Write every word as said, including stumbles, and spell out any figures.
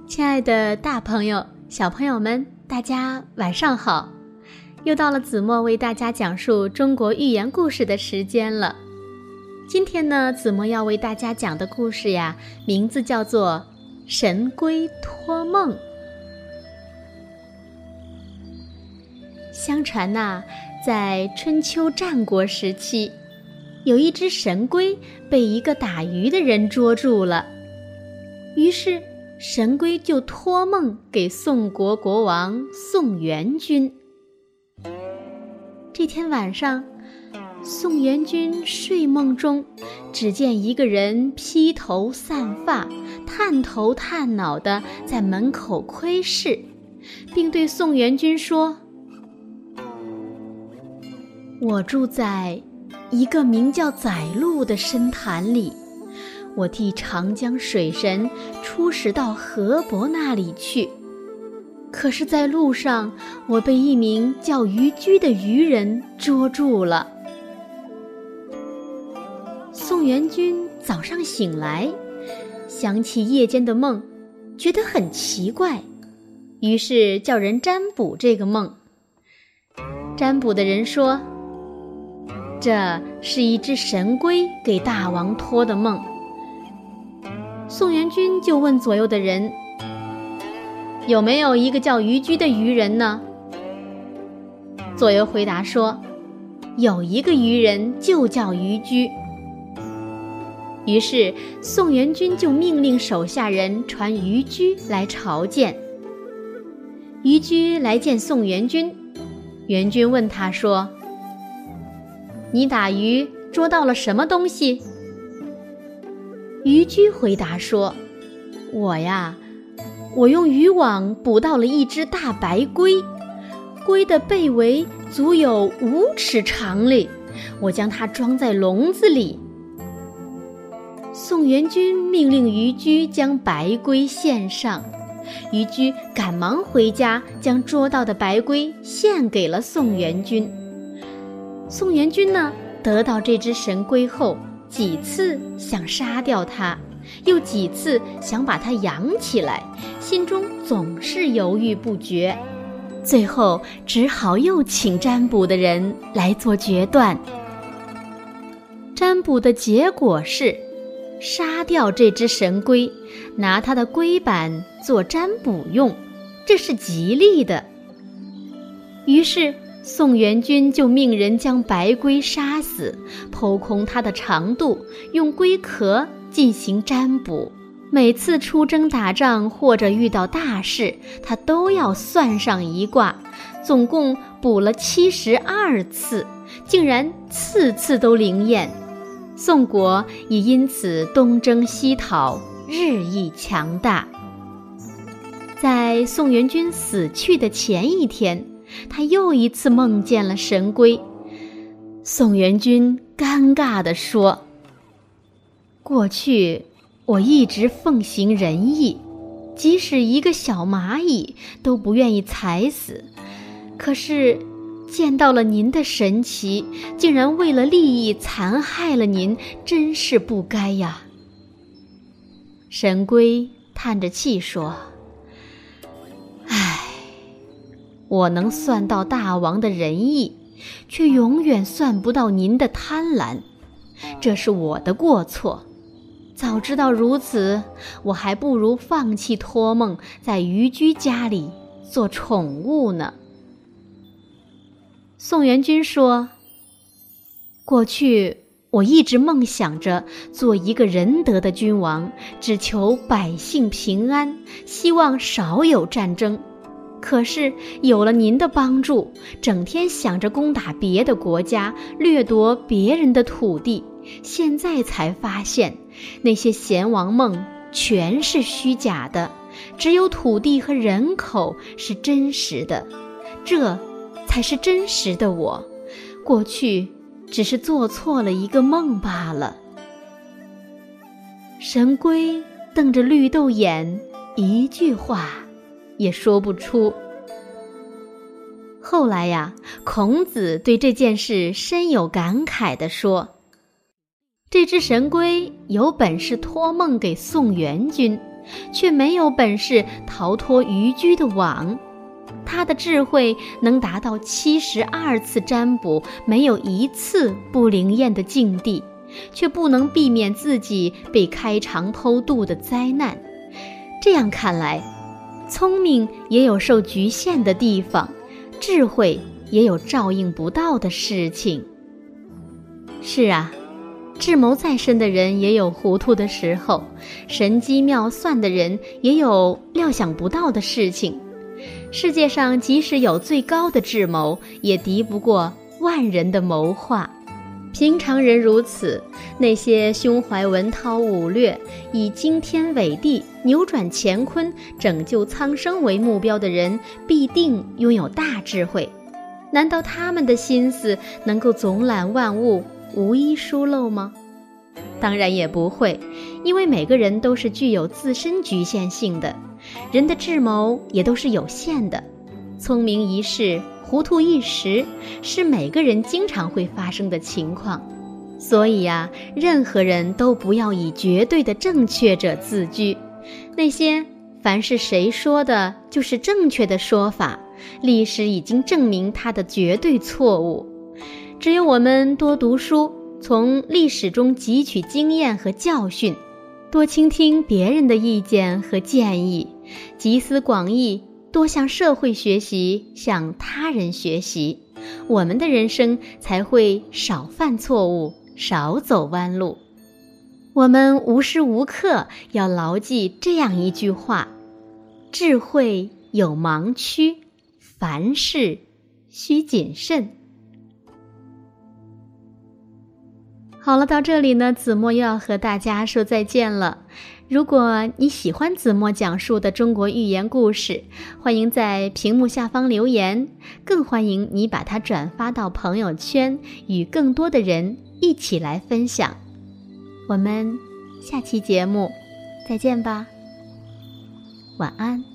亲爱的大朋友、小朋友们，大家晚上好！又到了子墨为大家讲述中国寓言故事的时间了。今天呢，子墨要为大家讲的故事呀，名字叫做《神龟托梦》。相传呐，在春秋战国时期，有一只神龟被一个打鱼的人捉住了，于是神龟就托梦给宋国国王宋元君。这天晚上，宋元君睡梦中，只见一个人披头散发、探头探脑地在门口窥视，并对宋元君说：我住在一个名叫宰路的深潭里，我替长江水神出使到河伯那里去，可是在路上我被一名叫虞居的渔人捉住了。宋元君早上醒来，想起夜间的梦，觉得很奇怪，于是叫人占卜这个梦。占卜的人说，这是一只神龟给大王托的梦。宋元君就问左右的人，有没有一个叫虞居的渔人呢？左右回答说，有一个渔人就叫虞居。于是宋元君就命令手下人传虞居来朝见。虞居来见宋元君，元君问他说，你打鱼捉到了什么东西？虞居回答说，我呀，我用渔网捕到了一只大白龟，龟的背围足有五尺长哩，我将它装在笼子里。宋元君命令虞居将白龟献上，虞居赶忙回家，将捉到的白龟献给了宋元君。宋元君呢，得到这只神龟后，几次想杀掉它，又几次想把它养起来，心中总是犹豫不决，最后只好又请占卜的人来做决断。占卜的结果是杀掉这只神龟，拿它的龟板做占卜用，这是吉利的。于是宋元君就命人将白龟杀死，剖空它的长肚，用龟壳进行占卜。每次出征打仗或者遇到大事，他都要算上一卦，总共卜了七十二次，竟然次次都灵验。宋国也因此东征西讨，日益强大。在宋元君死去的前一天，他又一次梦见了神龟。宋元君尴尬地说，过去我一直奉行仁义，即使一个小蚂蚁都不愿意踩死，可是见到了您的神奇，竟然为了利益残害了您，真是不该呀。神龟叹着气说，唉，我能算到大王的仁义，却永远算不到您的贪婪，这是我的过错。早知道如此，我还不如放弃托梦，在虞居家里做宠物呢。宋元君说，过去我一直梦想着做一个仁德的君王，只求百姓平安，希望少有战争。可是有了您的帮助，整天想着攻打别的国家，掠夺别人的土地，现在才发现那些贤王梦全是虚假的，只有土地和人口是真实的，这才是真实的我。过去只是做错了一个梦罢了。神龟瞪着绿豆眼，一句话也说不出。后来呀，孔子对这件事深有感慨地说，这只神龟有本事托梦给宋元君， 却没有本事逃脱虞居的网。他的智慧能达到七十二次占卜，没有一次不灵验的境地，却不能避免自己被开肠剖肚的灾难。这样看来，聪明也有受局限的地方，智慧也有照应不到的事情。是啊，智谋再深的人也有糊涂的时候，神机妙算的人也有料想不到的事情。世界上即使有最高的智谋，也敌不过万人的谋划。平常人如此，那些胸怀文韬武略，以惊天伟地、扭转乾坤、拯救苍生为目标的人，必定拥有大智慧。难道他们的心思能够总揽万物，无一疏漏吗？当然也不会，因为每个人都是具有自身局限性的，人的智谋也都是有限的。聪明一世，糊涂一时，是每个人经常会发生的情况。所以呀、啊，任何人都不要以绝对的正确者自居。那些凡是谁说的就是正确的说法，历史已经证明它的绝对错误。只有我们多读书，从历史中汲取经验和教训，多倾听别人的意见和建议，集思广益，多向社会学习，向他人学习，我们的人生才会少犯错误，少走弯路。我们无时无刻要牢记这样一句话：智慧有盲区，凡事需谨慎。好了，到这里呢，子墨又要和大家说再见了。如果你喜欢子墨讲述的中国寓言故事，欢迎在屏幕下方留言，更欢迎你把它转发到朋友圈，与更多的人一起来分享。我们下期节目再见吧，晚安。